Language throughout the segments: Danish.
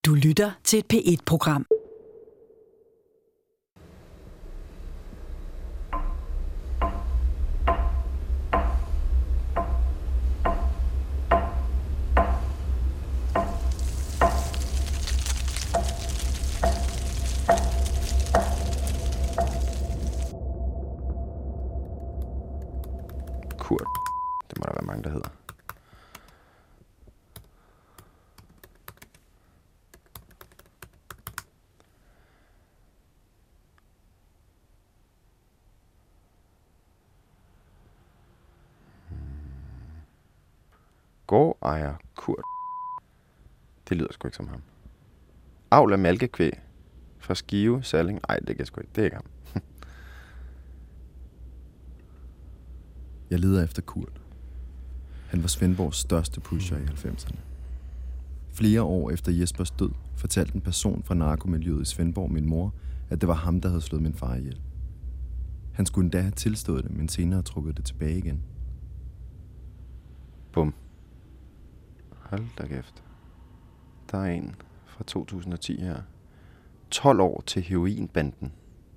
Du lytter til et P1-program. Kurt. Det må der være mange, der hedder. Gårdejer Kurt. Det lyder sgu ikke som ham. Avl af malkekvæg fra Skive, Salling. Ej, det kan sgu ikke. Det er ikke ham. Jeg leder efter Kurt. Han var Svendborgs største pusher i 90'erne. Flere år efter Jespers død fortalte en person fra narkomiljøet i Svendborg min mor, at det var ham, der havde slået min far ihjel. Han skulle endda have tilstået det, men senere trukket det tilbage igen. Bum. Hold da kæft. Der er en fra 2010 her. 12 år til heroinbanden.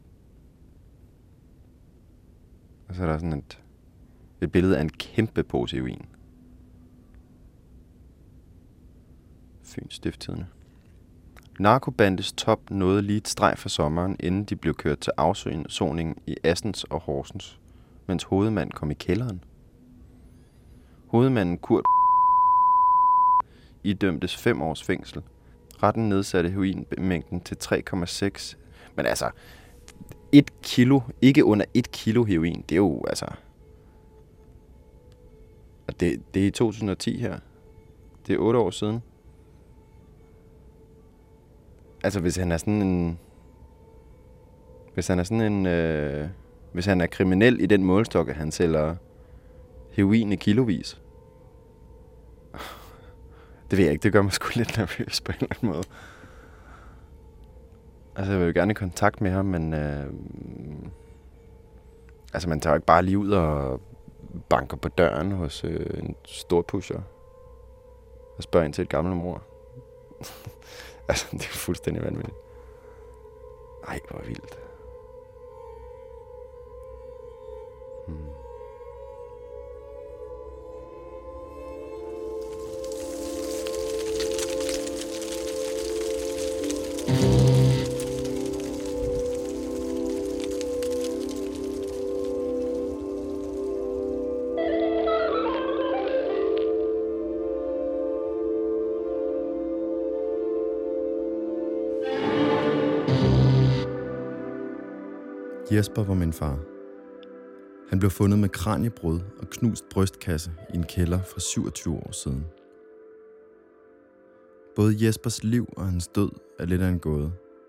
Og så er der sådan et billede af en kæmpe pose heroin. Fyns Stiftstidende. Narkobandes top nåede lige et streg for sommeren, inden de blev kørt til afsoning i Assens og Horsens, mens hovedmanden kom i kælderen. Hovedmanden Kurt idømtes 5 års fængsel. Retten nedsatte heroinmængden til 3,6. Men altså, 1 kilo, ikke under 1 kilo heroin, det er jo altså... Det er i 2010 her. Det er 8 år siden. Altså, hvis han er kriminel i den målestok, at han sælger heroin i kilovis. Det ved jeg ikke, det gør mig sgu lidt nervøs på en eller anden måde. Altså, jeg vil jo gerne i kontakt med ham, men... altså, man tager jo ikke bare lige ud og banker på døren hos en stor pusher og spørger ind til et gammelt mor. Altså, det er fuldstændig vanvittigt. Ej, hvor vildt. Jesper var min far. Han blev fundet med kraniebrud og knust brystkasse i en kælder for 27 år siden. Både Jespers liv og hans død er lidt af en gåde.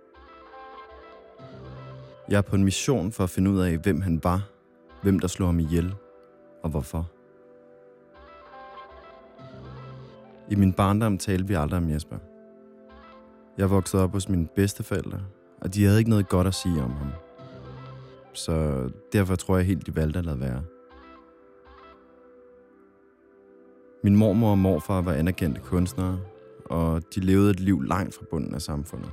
Jeg er på en mission for at finde ud af, hvem han var, hvem der slog ham ihjel og hvorfor. I min barndom talte vi aldrig om Jesper. Jeg voksede op hos mine bedsteforældre, og de havde ikke noget godt at sige om ham. Så derfor tror jeg helt, de valgte at lade være. Min mormor og morfar var anerkendte kunstnere, og de levede et liv langt fra bunden af samfundet.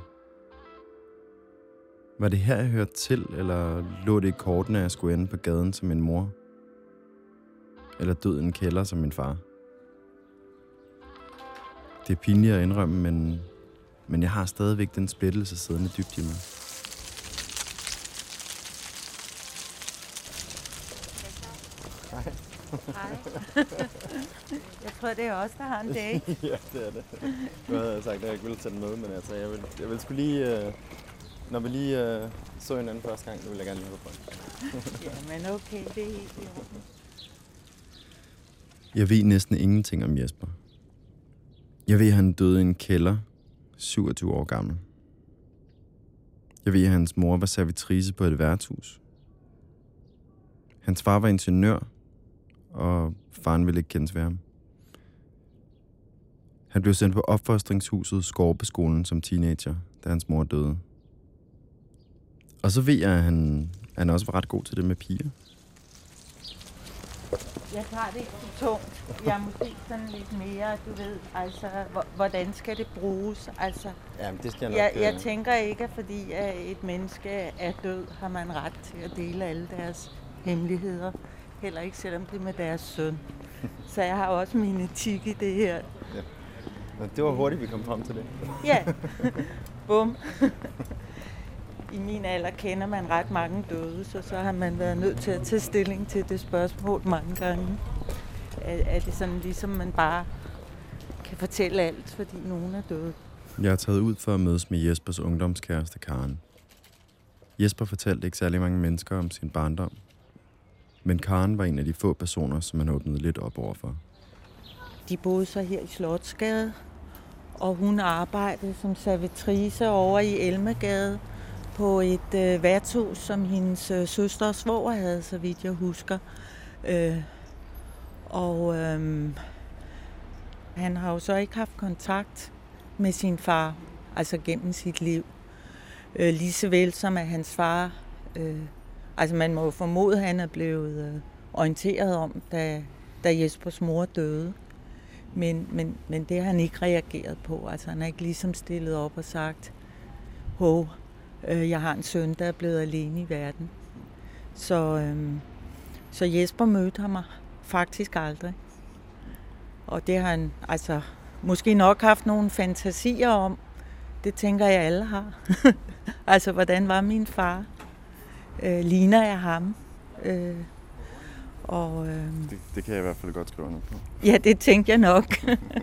Var det her, jeg hørte til, eller lå det i kortene, at jeg skulle ende på gaden som min mor? Eller død i en kælder som min far? Det er pinligt at indrømme, men jeg har stadigvæk den splittelse siddende dybt i mig. Hej. Jeg tror, det er os, der har en date. Ja, det er det. Nu havde jeg sagt, at jeg ikke ville tage den med, men altså, jeg vil sgu lige... når vi lige så hinanden første gang, så vil jeg gerne lige på den. Ja, men okay, det er helt i orden. Jeg ved næsten ingenting om Jesper. Jeg ved, at han døde i en kælder, 27 år gammel. Jeg ved, at hans mor var servitrice på et værtshus. Hans far var ingeniør, og faren ville ikke kendes ved ham. Han blev sendt på opfostringshuset Skorpeskolen som teenager, da hans mor døde. Og så ved jeg, at han også var ret god til det med piger. Jeg tager det ikke så tungt. Jeg er måske sådan lidt mere, du ved, altså, hvordan skal det bruges? Altså, Jamen, det skal jeg tænker ikke, at fordi at et menneske er død, har man ret til at dele alle deres hemmeligheder. Heller ikke selvom det er med deres søn. Så jeg har også min etik i det her. Ja. Men det var hurtigt, vi kom frem til det. Ja, bum. I min alder kender man ret mange døde, så har man været nødt til at tage stilling til det spørgsmål mange gange. Er det sådan ligesom, man bare kan fortælle alt, fordi nogen er døde? Jeg er taget ud for at mødes med Jespers ungdomskæreste Karen. Jesper fortalte ikke særlig mange mennesker om sin barndom, men Karen var en af de få personer, som han åbnede lidt op overfor. De boede så her i Slotsgade, og hun arbejdede som servitrice over i Elmegade på et værtshus, som hendes søster og svoger havde, så vidt jeg husker. Han har jo så ikke haft kontakt med sin far, altså gennem sit liv. Lige så vel som at hans far, altså man må jo formode, at han er blevet orienteret om, da Jespers mor døde. Men det har han ikke reageret på. Altså han har ikke ligesom stillet op og sagt, jeg har en søn, der er blevet alene i verden. Så Jesper mødte ham faktisk aldrig. Og det har han altså måske nok haft nogle fantasier om. Det tænker jeg alle har. Altså, hvordan var min far? Ligner jeg ham? Det kan jeg i hvert fald godt skrive under på. Ja, det tænkte jeg nok.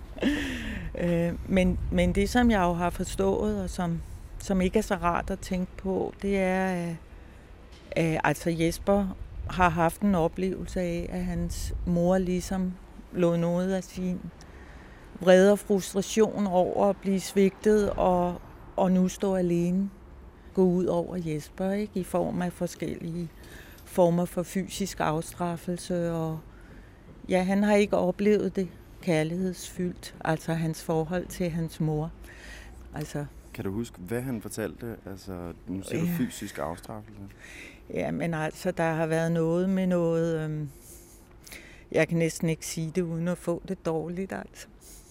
Men det, som jeg jo har forstået, og som ikke er så rart at tænke på, det er, at altså Jesper har haft en oplevelse af, at hans mor ligesom lod noget af sin vrede og frustration over at blive svigtet og nu stå alene, gå ud over Jesper, ikke? I form af forskellige former for fysisk afstraffelse. Og ja, han har ikke oplevet det kærlighedsfyldt, altså hans forhold til hans mor. Altså, kan du huske, hvad han fortalte? Altså, nu siger du fysisk afstraffelse. Ja, men altså, der har været noget med noget... jeg kan næsten ikke sige det, uden at få det dårligt, altså.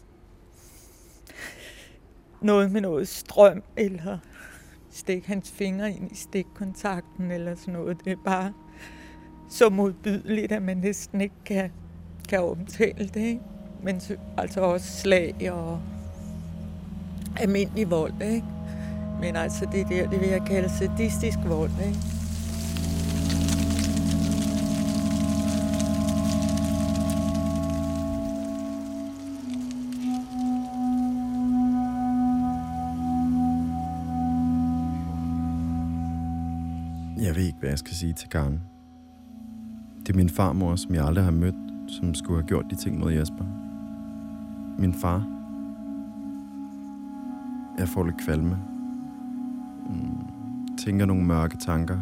Noget med noget strøm, eller stikke hans fingre ind i stikkontakten, eller sådan noget. Det er bare så modbydeligt, at man næsten ikke kan omtale det, ikke? Men altså også slag og almindelig vold, ikke? Men altså det vil jeg kalde sadistisk vold, ikke? Jeg ved ikke, hvad jeg skal sige til Karen. Det er min farmor, som jeg aldrig har mødt, som skulle have gjort de ting mod Jesper. Min far. Jeg får lidt kvalme. Tænker nogle mørke tanker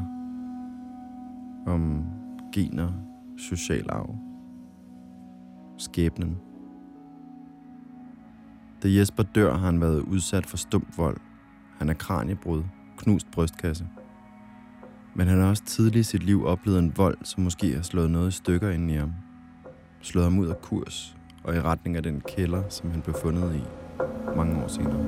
om gener, social arv, skæbnen. Da Jesper dør, har han været udsat for stump vold. Han er kraniebrud, knust brystkasse. Men han har også tidligt i sit liv oplevet en vold, som måske har slået noget i stykker inde i ham. Slået ham ud af kurs og i retning af den kælder, som han blev fundet i mange år senere.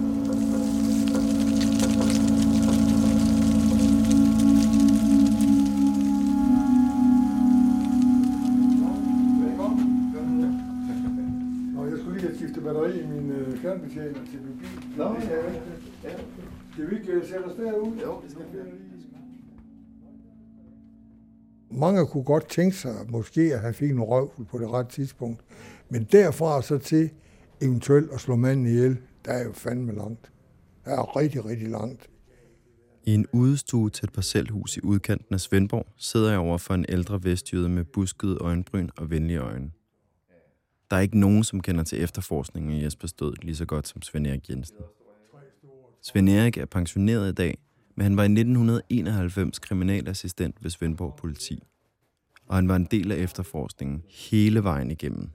Jeg skulle lige have skiftet batteri i min fjernbetjening til min bil. Nå, ja. Skal vi ikke sætte os derud? Jo, det skal vi. Mange kunne godt tænke sig, måske at han fik en røvfuld på det rette tidspunkt. Men derfra så til eventuelt at slå manden ihjel, der er jo fandme langt. Der er rigtig, rigtig langt. I en udestue til et parcelhus i udkanten af Svendborg sidder jeg over for en ældre vestjyde med buskede øjenbryn og venlige øjne. Der er ikke nogen, som kender til efterforskningen af Jespers død lige så godt som Svend Erik Jensen. Svend Erik er pensioneret i dag, men han var i 1991 kriminalassistent ved Svendborg Politi. Og han var en del af efterforskningen hele vejen igennem.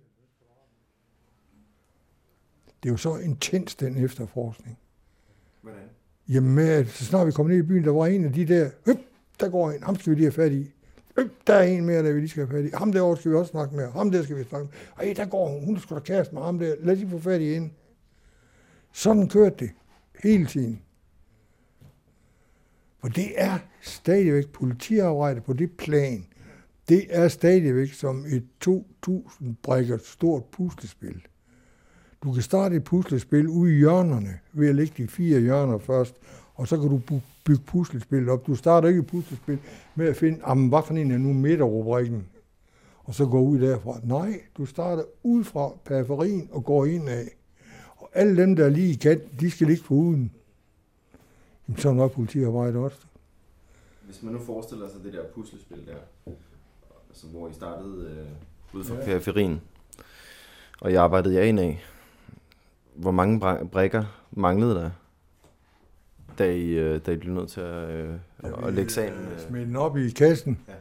Det er jo så intens, den efterforskning. Hvordan? Jamen, så snart vi kom ned i byen, der var en af de der, der går en, ham skal vi lige have fat i. Der er en mere, der vi lige skal have fat i. Ham derovre skal vi også snakke med. Ham der skal vi snakke med. Ej, der går hun. Hun skal da kæreste med ham der. Lad os lige få fat i hende. Sådan kørte det. Hele tiden. For det er stadigvæk politiarbejde på det plan. Det er stadigvæk som et 2000 brækker stort puslespil. Du kan starte et puslespil ude i hjørnerne, ved at lægge de 4 hjørner først, og så kan du bygge puslespillet op. Du starter ikke et puslespil med at finde, hvad for en er nu midterrubrikken, og så går ud derfra. Nej, du starter ud fra periferien og går ind af. Og alle dem, der er lige i kant, de skal ligge på uden. Jamen, sådan var politiarbejde også. Hvis man nu forestiller sig det der puslespil der, altså, hvor I startede ude fra periferien, og I arbejdede jer ind af, hvor mange brikker manglede der, da I blev nødt til at lægge sagen? Smide den op i kassen. Ja.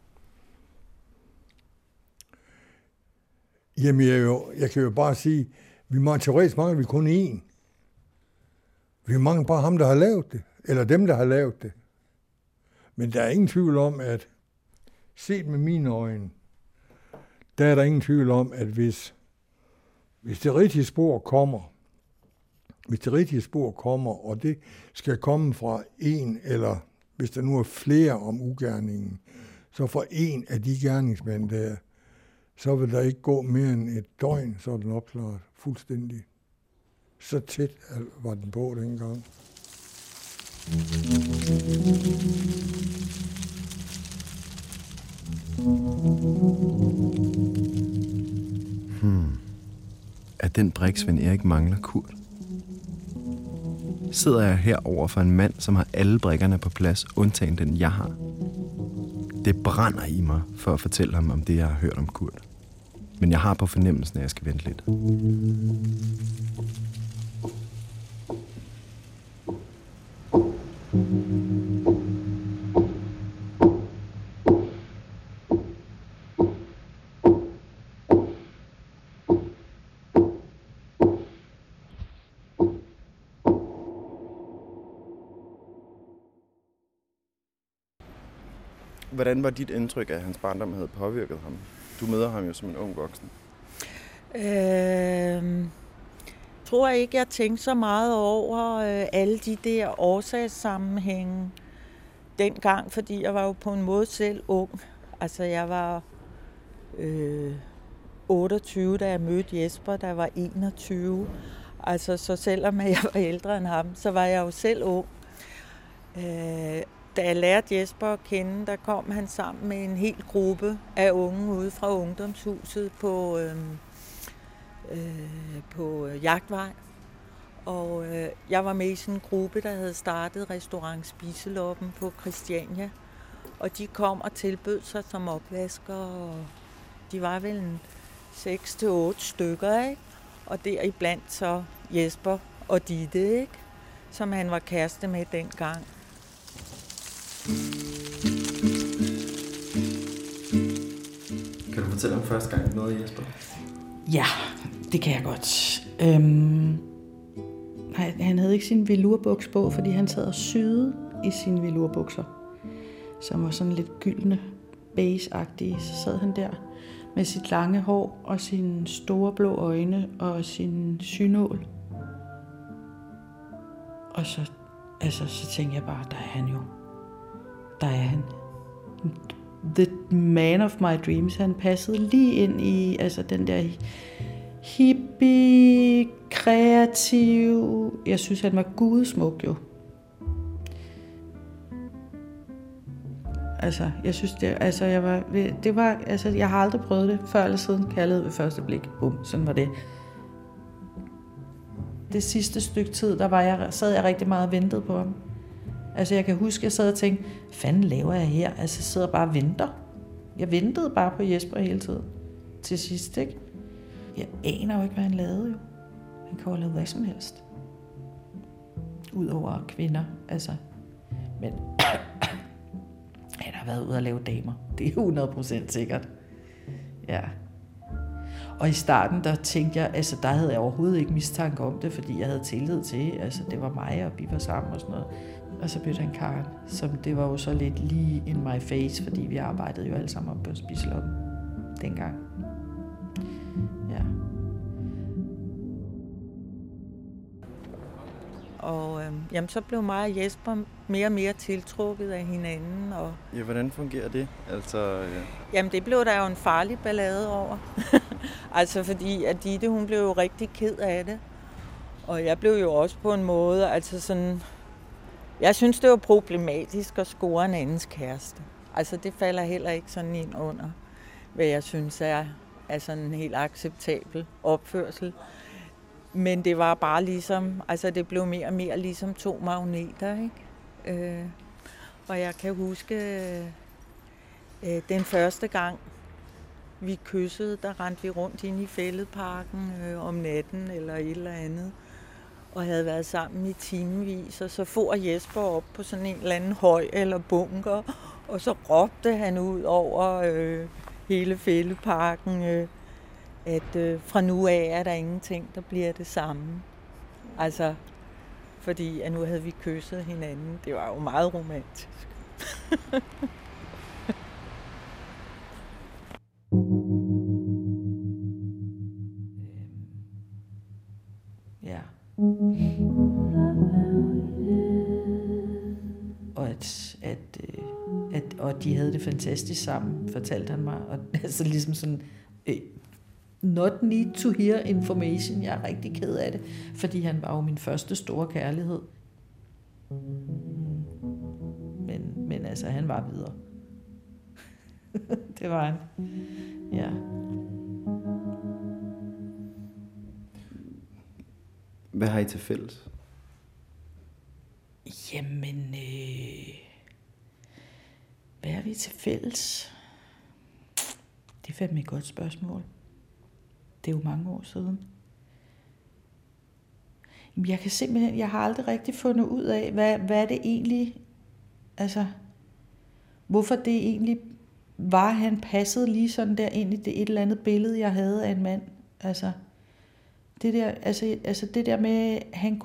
Jamen, jeg kan jo bare sige, teoretisk mangler vi kun én. Vi mangler bare ham, der har lavet det, eller dem, der har lavet det. Men der er ingen tvivl om, at set med mine øjne, der er der ingen tvivl om, at hvis det rigtige spor kommer, og det skal komme fra en, eller hvis der nu er flere om ugerningen, så fra en af de gerningsmænd der, så vil der ikke gå mere end et døgn, så er den opklaret fuldstændig. Så tæt var den på dengang. At den brik, Svend Erik mangler Kurt. Sidder jeg her over for en mand, som har alle brikkerne på plads, undtagen den, jeg har. Det brænder i mig for at fortælle ham om det, jeg har hørt om Kurt. Men jeg har på fornemmelsen, at jeg skal vente lidt. Hvordan var dit indtryk af, at hans barndom havde påvirket ham? Du møder ham jo som en ung voksen. Tror jeg ikke, jeg tænkte så meget over alle de der årsagssammenhænge dengang, fordi jeg var jo på en måde selv ung. Altså, jeg var 28, da jeg mødte Jesper, der var 21. Altså, så selvom jeg var ældre end ham, så var jeg jo selv ung. Da jeg lærte Jesper at kende, der kom han sammen med en hel gruppe af unge ude fra ungdomshuset på Jagtvej. Og jeg var med i sådan en gruppe, der havde startet restaurant Spiseloppen på Christiania. Og de kom og tilbød sig som opvasker, og de var vel 6-8 stykker, ikke? Og deriblandt så Jesper og Ditte, ikke? Som han var kæreste med dengang. Kan du fortælle om første gang, du mødte Jesper? Ja, det kan jeg godt. Han havde ikke sin velurbuks på, fordi han sad og syede i sine velurbukser, som var sådan lidt gyldne, beige-agtige. Så sad han der med sit lange hår og sine store blå øjne og sin synål. Og så tænkte jeg bare, der er han jo. Der er han. The man of my dreams. Han passede lige ind i den der hippie, kreativ. Jeg synes, han var gudsmuk jo. Jeg synes jeg har aldrig prøvet det før eller siden. Kærlighed ved første blik. Sådan var det. Det sidste stykke tid, sad jeg rigtig meget og ventede på ham. Jeg kan huske, jeg sad og tænkte, hvad fanden laver jeg her? Jeg sidder bare og venter. Jeg ventede bare på Jesper hele tiden. Til sidst, ikke? Jeg aner jo ikke, hvad han lavede, jo. Han kan jo lave hvad som helst. Udover kvinder, Men han har været ude at lave damer. Det er 100% sikkert. Ja. Og i starten, der tænkte jeg, der havde jeg overhovedet ikke mistanke om det, fordi jeg havde tillid til, det var mig, og vi var sammen og sådan noget. Og så mødte han Karen, som det var jo så lidt lige in my face, fordi vi arbejdede jo alle sammen op på Spiseloppen dengang. Ja. Og jamen, så blev mig og Jesper mere og mere tiltrukket af hinanden. Og Ja, hvordan fungerer det? Altså, jamen, det blev der jo en farlig ballade over. Altså, fordi at Ditte, hun blev jo rigtig ked af det. Og jeg blev jo også på en måde, altså sådan... Jeg synes, det var problematisk at score en andens kæreste. Altså, det falder heller ikke sådan ind under, hvad jeg synes er sådan en helt acceptabel opførsel. Men det var bare ligesom, altså det blev mere og mere ligesom 2 magneter, ikke? Og jeg kan huske, den første gang, vi kyssede, der rendte vi rundt ind i Fælledparken om natten eller et eller andet. Og havde været sammen i timevis, og så for Jesper op på sådan en eller anden høj eller bunker, og så råbte han ud over hele Fælledparken, at fra nu af er der ingenting, der bliver det samme. Altså, fordi at nu havde vi kysset hinanden. Det var jo meget romantisk. Ja. Og de havde det fantastisk sammen, fortalte han mig. Og altså ligesom sådan, not need to hear information. Jeg er rigtig ked af det, fordi han var jo min første store kærlighed. Men altså, han var videre. Det var han. Ja. hvad har I til fælles? Jamen, hvad har vi til fælles? Det er fandme et godt spørgsmål. Det er jo mange år siden. Jeg kan simpelthen, jeg har aldrig rigtig fundet ud af, hvad det egentlig, altså, hvorfor det egentlig var, han passede lige sådan der ind i det et eller andet billede, jeg havde af en mand. Altså, det der, altså det der med,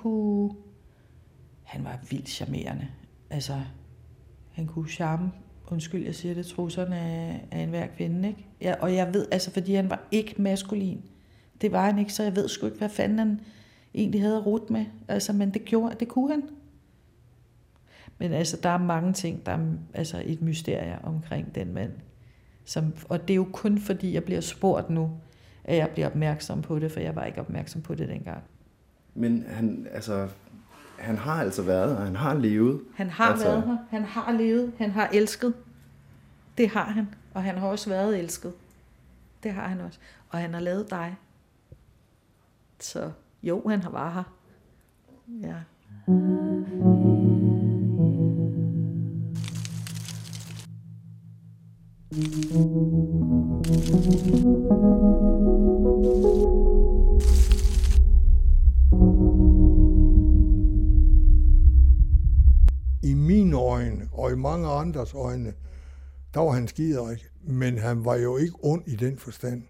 han var vildt charmerende. Altså, han kunne charme, undskyld, jeg siger det, trusserne af enhver kvinde, ikke? Ja, og jeg ved, altså, fordi han var ikke maskulin. Det var han ikke, så jeg ved sgu ikke, hvad fanden han egentlig havde rudt med. Altså, men det kunne han. Men altså, der er mange ting, der er altså et mysterie omkring den mand. Og det er jo kun fordi, jeg bliver spurgt nu, at jeg bliver opmærksom på det, for jeg var ikke opmærksom på det dengang. Men han har altså været, og han har levet. Han har været her, han har levet, han har elsket. Det har han, og han har også været elsket. Det har han også. Og han har lavet dig. Så jo, han har været her. Ja. I mine øjne, og i mange andres øjne, der var han skiderik, men han var jo ikke ond i den forstand.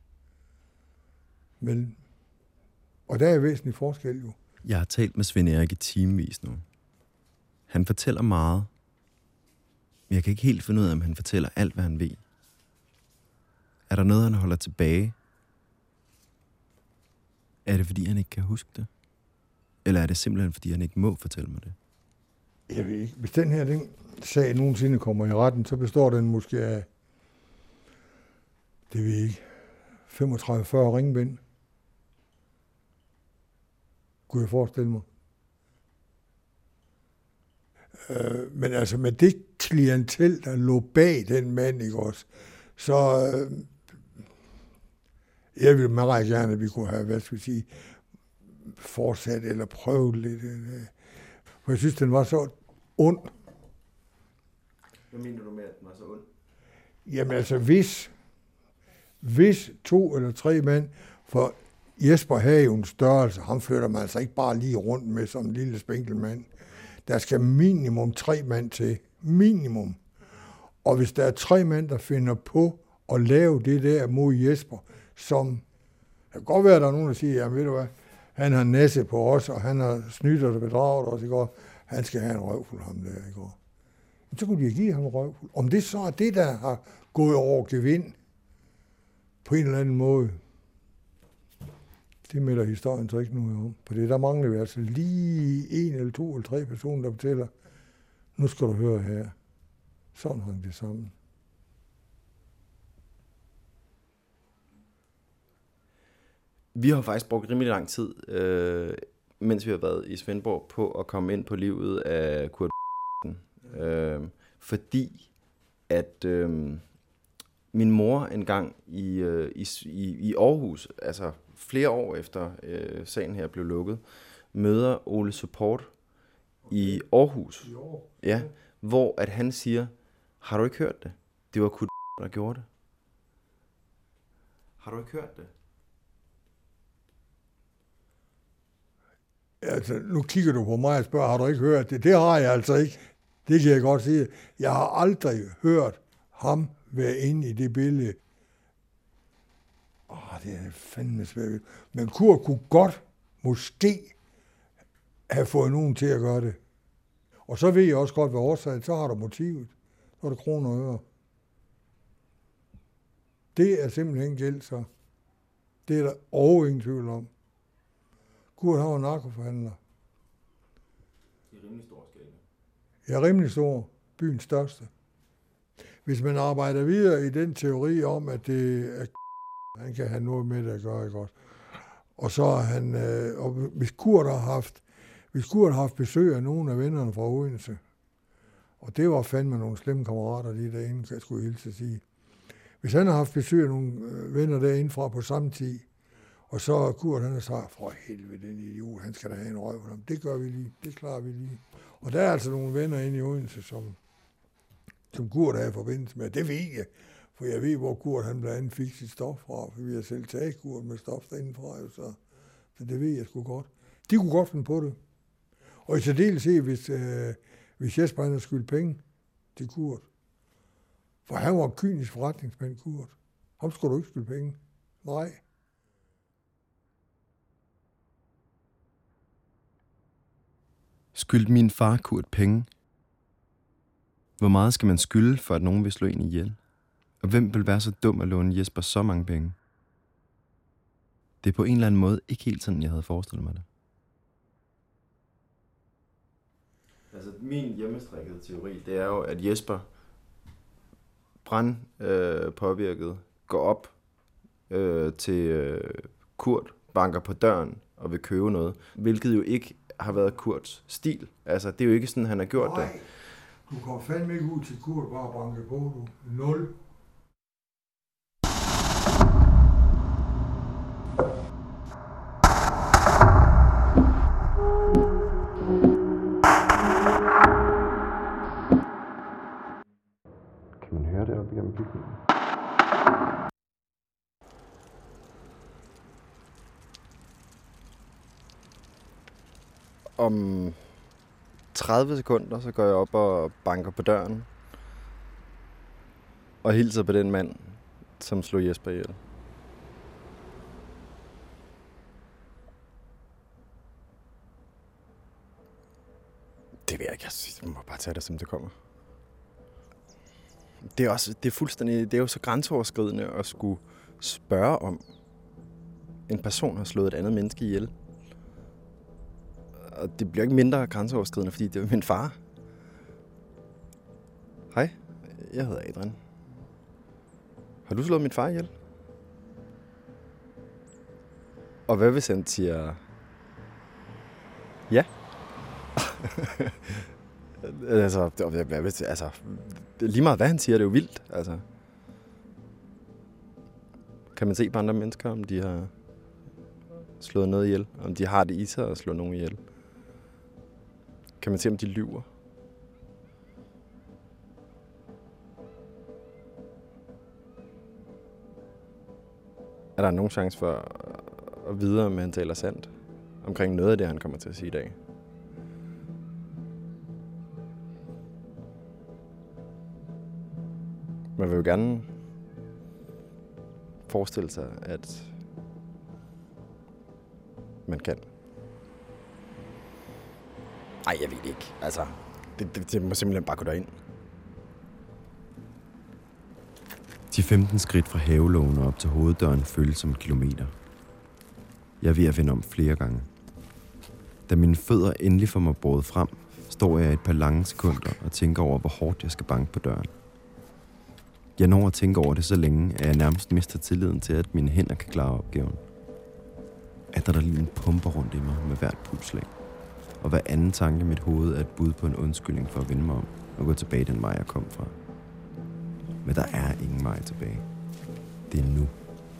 Men, og der er væsentlig forskel jo. Jeg har talt med Svend Erik i timevis nu. Han fortæller meget, men jeg kan ikke helt finde ud af, om han fortæller alt, hvad han ved. Er der noget, han holder tilbage? Er det, fordi han ikke kan huske det? Eller er det simpelthen, fordi han ikke må fortælle mig det? Jeg ved ikke. Hvis den her sag nogensinde kommer i retten, så består den måske af, det ved jeg ikke, 35-40 ringbind. Kunne jeg forestille mig. Men altså med det klientel, der lå bag den mand, ikke også, så jeg ville meget gerne, at vi kunne have, hvad skal vi sige, fortsat eller prøvet lidt. For jeg synes, den var så ond. Hvad mener du med, at den var så ond? Jamen altså, hvis 2 eller 3 mænd, for Jesper havde jo en størrelse, ham flytter man altså ikke bare lige rundt med som en lille spinkelmand. Der skal minimum 3 mænd til. Minimum. Og hvis der er 3 mænd, der finder på at lave det der mod Jesper, som, det kan godt være, at der er nogen, der siger, jamen ved du hvad, han har næse på os, og han har snydt og bedraget os, ikke? han skal have en røvfuld, ham der, ikke? Så kunne de give ham en røvfuld. Om det så er det, der har gået over gevind på en eller anden måde, det melder historien så ikke noget om. For der mangler vi altså lige 1 eller 2 eller 3 personer, der fortæller, nu skal du høre her. Sådan hang det sammen. Vi har faktisk brugt rimelig lang tid, mens vi har været i Svendborg, på at komme ind på livet af Kurt. Fordi at min mor engang i Aarhus, altså flere år efter sagen her blev lukket, møder Ole Support i Aarhus. Ja, hvor at han siger, har du ikke hørt det? Det var Kurt, der gjorde det. Har du ikke hørt det? Altså, nu kigger du på mig og spørger, har du ikke hørt det? Det har jeg altså ikke. Det kan jeg godt sige. Jeg har aldrig hørt ham være inde i det billede. Det er fandme svært. Men Kurt kunne godt måske have fået nogen til at gøre det. Og så ved jeg også godt, hvad årsagen, så har du motivet. Så er det kroner og øre. Det er simpelthen gæld, så. Det er der overhovedet ingen tvivl om. Kurt har jo narkoforhandler. I rimelig stor skala. Ja, rimelig stor. Byens største. Hvis man arbejder videre i den teori om, at det er han kan have noget med det at gøre, ikke også? Og så er han, og hvis Kurt har haft besøg af nogle af vennerne fra Odense, og det var fandme nogle slemme kammerater lige derinde, kan jeg skulle hilse at sige. Hvis han har haft besøg af nogle venner derindefra på samme tid, og så er Kurt, han har sagt, for helvede, den idiot, han skal da have en røv. Det gør vi lige, det klarer vi lige. Og der er altså nogle venner inde i Odense, som Kurt er i forbindelse med. Det ved jeg, for jeg ved, hvor Kurt han blandt andet fik sit stof fra, for vi har selv taget Kurt med stof derindefra, så det ved jeg sgu godt. De kunne godt finde på det. Og i særdeleshed, hvis Jesper han har skyldt penge til Kurt. For han var en kynisk forretningsmand, Kurt. Ham skulle du ikke skylde penge. Nej. Skyldte min far Kurt penge? Hvor meget skal man skylde, for at nogen vil slå en ihjel? Og hvem vil være så dum at låne Jesper så mange penge? Det er på en eller anden måde ikke helt sådan, jeg havde forestillet mig det. Altså, min hjemmestrikkede teori, det er jo, at Jesper påvirket går op til Kurt, banker på døren og vil købe noget, hvilket jo ikke har været Kurts stil. Altså, det er jo ikke sådan, han har gjort det. Nej, du kom fandme ikke ud til Kurt, bare banke på, du. 0. Kan man høre det op igennem bygningen? Om 30 sekunder, så går jeg op og banker på døren. Og hilser på den mand, som slog Jesper ihjel. Det ved jeg ikke. Jeg må bare tage det, som det kommer. Det er jo så grænseoverskridende at skulle spørge om, en person har slået et andet menneske ihjel. Og det bliver ikke mindre grænseoverskridende, fordi det er min far. Hej, jeg hedder Adrian. Har du slået min far ihjel? Og hvad hvis han siger ja? altså, lige meget hvad han siger, det er jo vildt. Altså. Kan man se på andre mennesker, om de har slået noget ihjel? Om de har det i sig at slå nogen ihjel? Kan man se, om de lyver? Er der nogen chance for at vide, om han taler sandt omkring noget af det, han kommer til at sige i dag? Man vil jo gerne forestille sig, at man kan. Ej, jeg ved det ikke. Altså, det må simpelthen bare gå derind. De 15 skridt fra havelågen og op til hoveddøren føles som en kilometer. Jeg er ved at vende om flere gange. Da mine fødder endelig får mig båret frem, står jeg et par lange sekunder og tænker over, hvor hårdt jeg skal banke på døren. Jeg når at tænke over det så længe, at jeg nærmest mister tilliden til, at mine hænder kan klare opgaven. Adrenalin pumper rundt i mig med hvert pulsslag. Og hver anden tanke i mit hoved er et bud på en undskyldning for at vende mig om og gå tilbage den vej, jeg kom fra. Men der er ingen vej tilbage. Det er nu.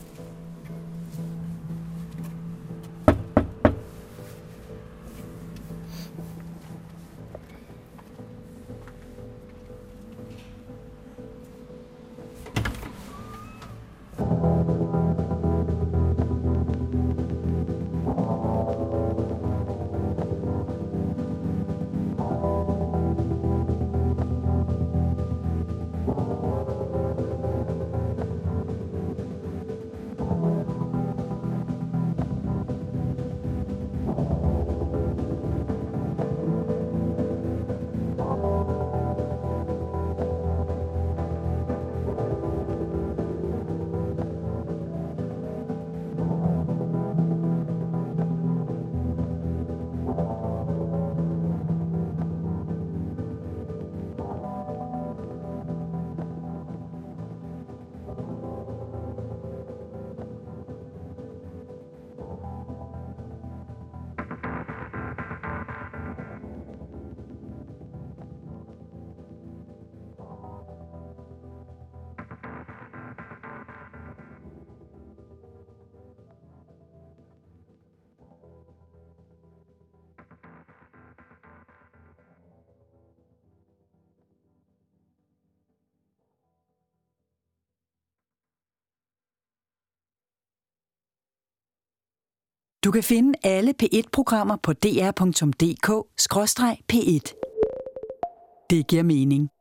Du kan finde alle P1-programmer på dr.dk/P1. Det giver mening.